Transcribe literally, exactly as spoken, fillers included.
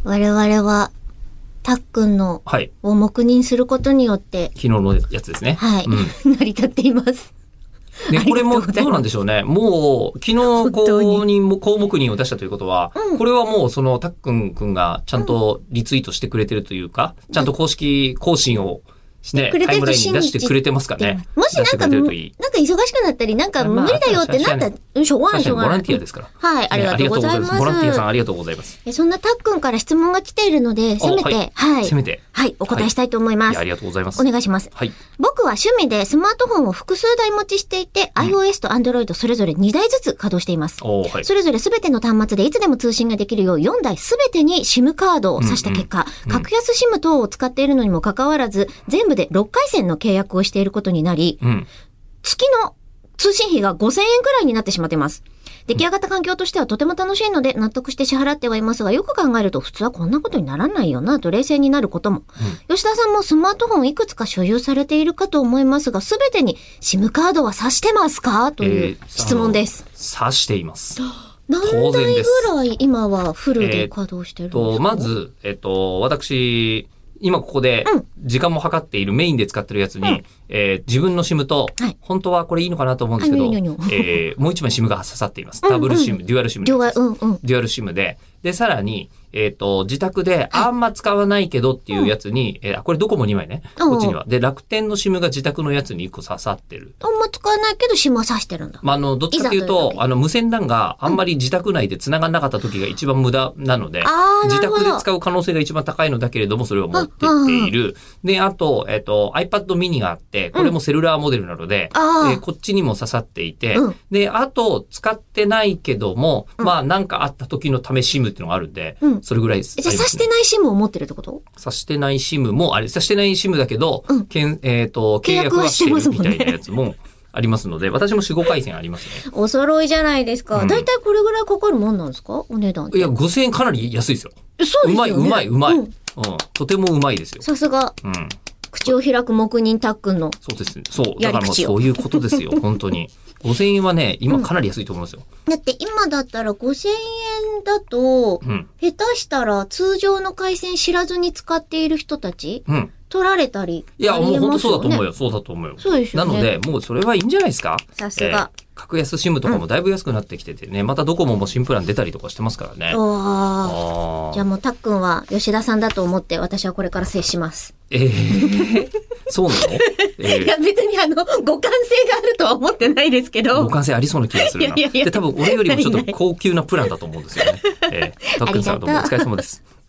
我々は、たっくんの、 はい。 を黙認することによって、 昨日のやつですね。 はい。うん、成り立っています。 ね、これもどうなんでしょうね。もう、昨日公認も、公黙認を出したということは、うん、これはもうそのたっくんくんがちゃんとリツイートしてくれてるというか、うん、ちゃんと公式更新をね、タイムラインに出してくれてますかね。 もしなんか、なんか忙しくなったり、なんか無理だよってなったら、しょうがない、しょうがない。 ボランティアですから。 はい、ありがとうございます。 ボランティアさんありがとうございます。 そんなたっくんから質問が来ているので、せめて、はい。 せめて。 はい、お答えしたいと思います。 ありがとうございます。 お願いします。 はい。 僕は趣味でスマートフォンを複数台持ちしていて、iOS と Android それぞれにだいずつ稼働しています。それぞれすべての端末でいつでも通信ができるようよんだいすべてに SIM カードを挿した結果、格安 SIM 等を使っているのにもかかわらず、全部でろっかいせんの契約をしていることになり、うん、月の通信費がごせんえんくらいになってしまっています。出来上がった環境としてはとても楽しいので納得して支払ってはいますが、よく考えると普通はこんなことにならないよなと冷静になることも、うん、吉田さんもスマートフォンいくつか所有されているかと思いますが、すべてに SIM カードは挿してますかという質問です。 えー、挿しています。 何台ぐらい今はフルで稼働してるんですか？ えー、とまず、えっと、私今ここで時間も計っているメインで使ってるやつに、うん、えー、自分の SIM と、はい、本当はこれいいのかなと思うんですけど、えー、もう一枚 SIM が刺さっています。ダブル SIM、うんうん、デュアル SIM です。デュアル、うんうん、デュアル SIM で、で、さらに、えっと、自宅であんま使わないけどっていうやつに、うん、えー、これドコモにまいね。こっちには。で、楽天の SIM が自宅のやつにいっこ刺さってる。 あんま使わないけど SIM は刺してるんだ。 まあ、あの、どっちかというと、あの、無線 ラン があんまり自宅内で繋がんなかった時が一番無駄なので、うん、自宅で使う可能性が一番高いのだけれども、それを持ってっている。で、あと、えっと、iPad mini があって、これもセルラーモデルなので、うん、えー、こっちにも刺さっていて、うん、で、あと、使ってないけども、うん、まあ、なんかあった時のため SIM っていうのがあるんで、うん、それぐらいです。 じゃあ、刺してない SIM を持ってるってこと？ 刺してない SIM も、あれ、刺してない SIM だけど、うん、けんえっと、契約はしてるみたいなやつもありますので、私もよん、ごかいせんありますね。 お揃いじゃないですか。だいたいこれぐらいかかるもんなんですか？お値段って。 いや、ごせんえんかなり安いですよ。 そうですよね。 うまい、うまい、うまい。うん。うん、とてもうまいですよ。 さすが。うん。口を開く黙認たっくんの。 そうですね。そう。だからもうそういうことですよ。本当に。ごせんえんはね、今かなり安いと思いますよ。 うん、だって今だったらごせんえんだと、うん、下手したら通常の回線知らずに使っている人たち、うん、取られたり、 いや、もう本当そうだと思うよ。そうだと思うよ。 そうですよね。 なので、もうそれはいいんじゃないですか？ さすが。 えー格安 SIM とかもだいぶ安くなってきててね、うん、またドコモも新プラン出たりとかしてますからね。 ああ。じゃあもうたっくんは吉田さんだと思って私はこれから接します。 ええー、そうなの？ えー、いや別にあの互換性があるとは思ってないですけど。 互換性ありそうな気がするな。いやいやいやで多分俺よりもちょっと高級なプランだと思うんですよね。えー、たっくんさんどうもお疲れ様です。